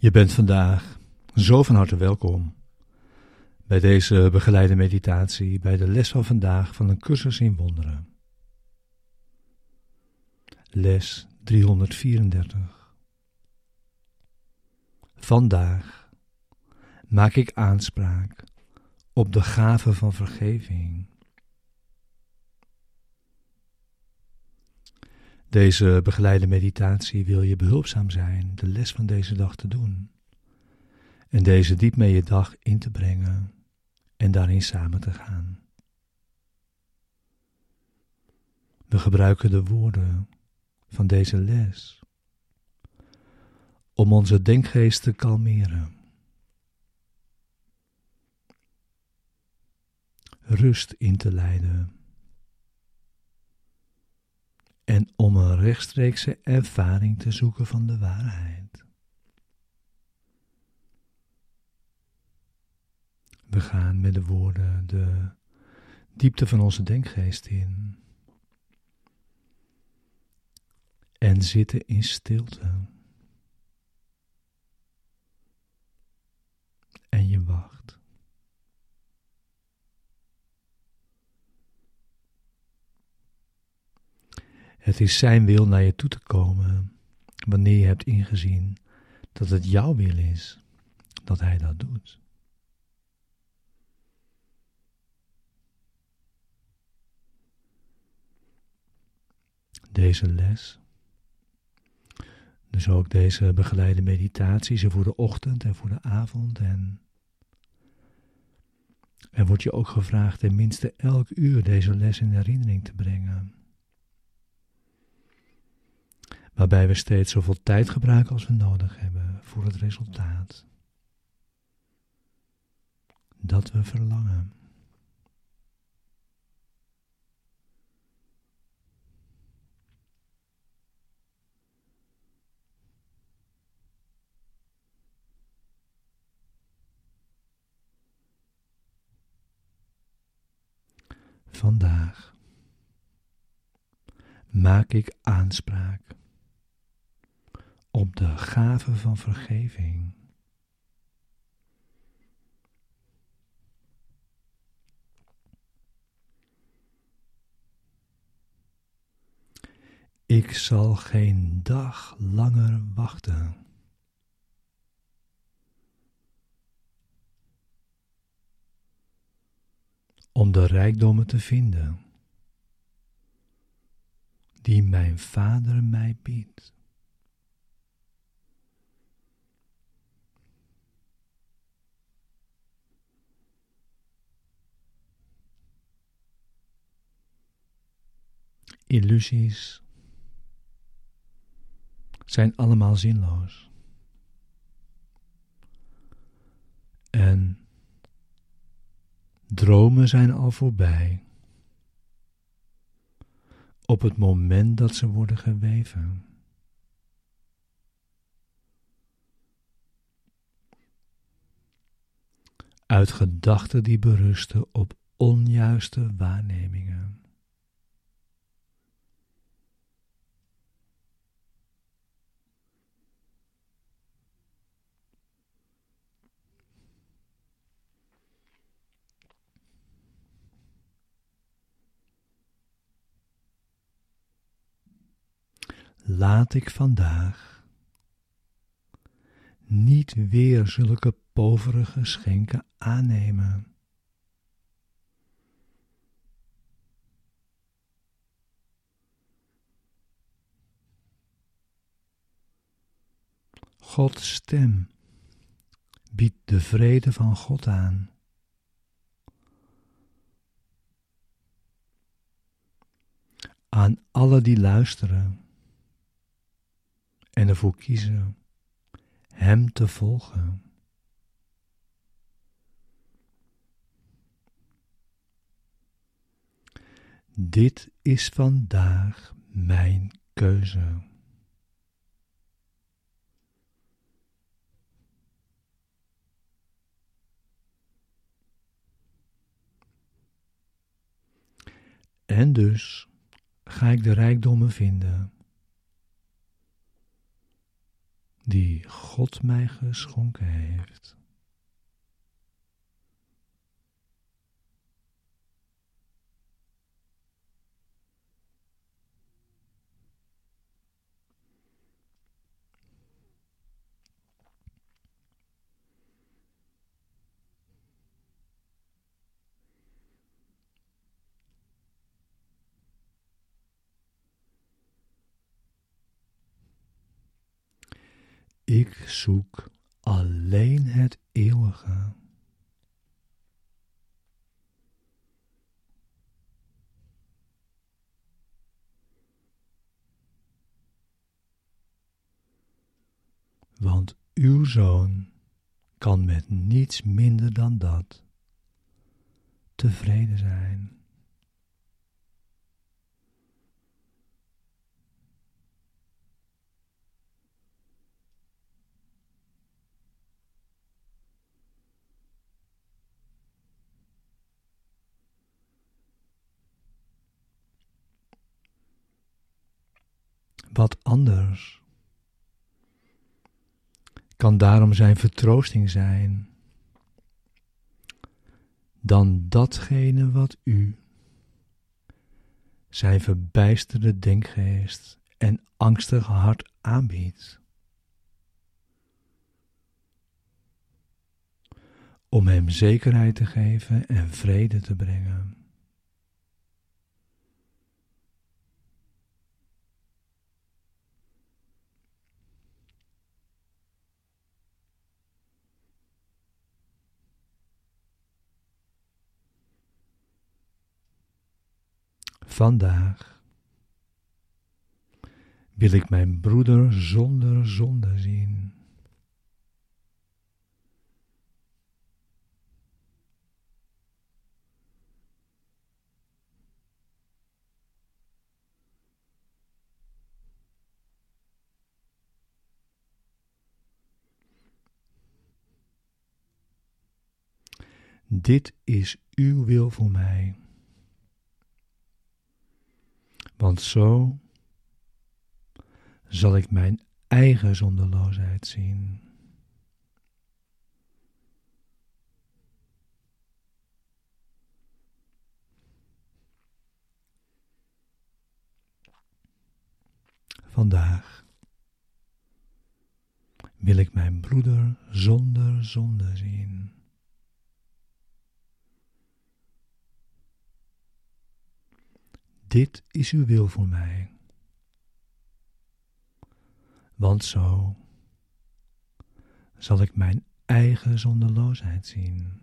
Je bent vandaag zo van harte welkom bij deze begeleide meditatie, bij de les van vandaag van een cursus in wonderen. Les 334. Vandaag maak ik aanspraak op de gave van vergeving. Deze begeleide meditatie wil je behulpzaam zijn de les van deze dag te doen en deze diep mee je dag in te brengen en daarin samen te gaan. We gebruiken de woorden van deze les om onze denkgeest te kalmeren, rust in te leiden en om een rechtstreekse ervaring te zoeken van de waarheid. We gaan met de woorden de diepte van onze denkgeest in en zitten in stilte. En je wacht. Het is zijn wil naar je toe te komen wanneer je hebt ingezien dat het jouw wil is dat hij dat doet. Deze les, dus ook deze begeleide meditaties voor de ochtend en voor de avond, en er wordt je ook gevraagd tenminste elk uur deze les in herinnering te brengen. Waarbij we steeds zoveel tijd gebruiken als we nodig hebben voor het resultaat dat we verlangen. Vandaag maak ik aanspraak op de gave van vergeving. Ik zal geen dag langer wachten. Om de rijkdommen te vinden die mijn Vader mij biedt. Illusies zijn allemaal zinloos. En dromen zijn al voorbij op het moment dat ze worden geweven. Uit gedachten die berusten op onjuiste waarnemingen. Laat ik vandaag niet weer zulke povere geschenken aannemen. Gods stem biedt de vrede van God aan. Aan alle die luisteren en ervoor kiezen hem te volgen. Dit is vandaag mijn keuze. En dus ga ik de rijkdommen vinden die God mij geschonken heeft. Ik zoek alleen het eeuwige. Want uw Zoon kan met niets minder dan dat tevreden zijn. Wat anders kan daarom zijn vertroosting zijn dan datgene wat u, zijn verbijsterde denkgeest en angstig hart aanbiedt. Om hem zekerheid te geven en vrede te brengen. Vandaag wil ik mijn broeder zonder zonde zien. Dit is uw wil voor mij. Want zo zal ik mijn eigen zonderloosheid zien. Vandaag wil ik mijn broeder zonder zonde zien. Dit is uw wil voor mij. Want zo zal ik mijn eigen zonderloosheid zien.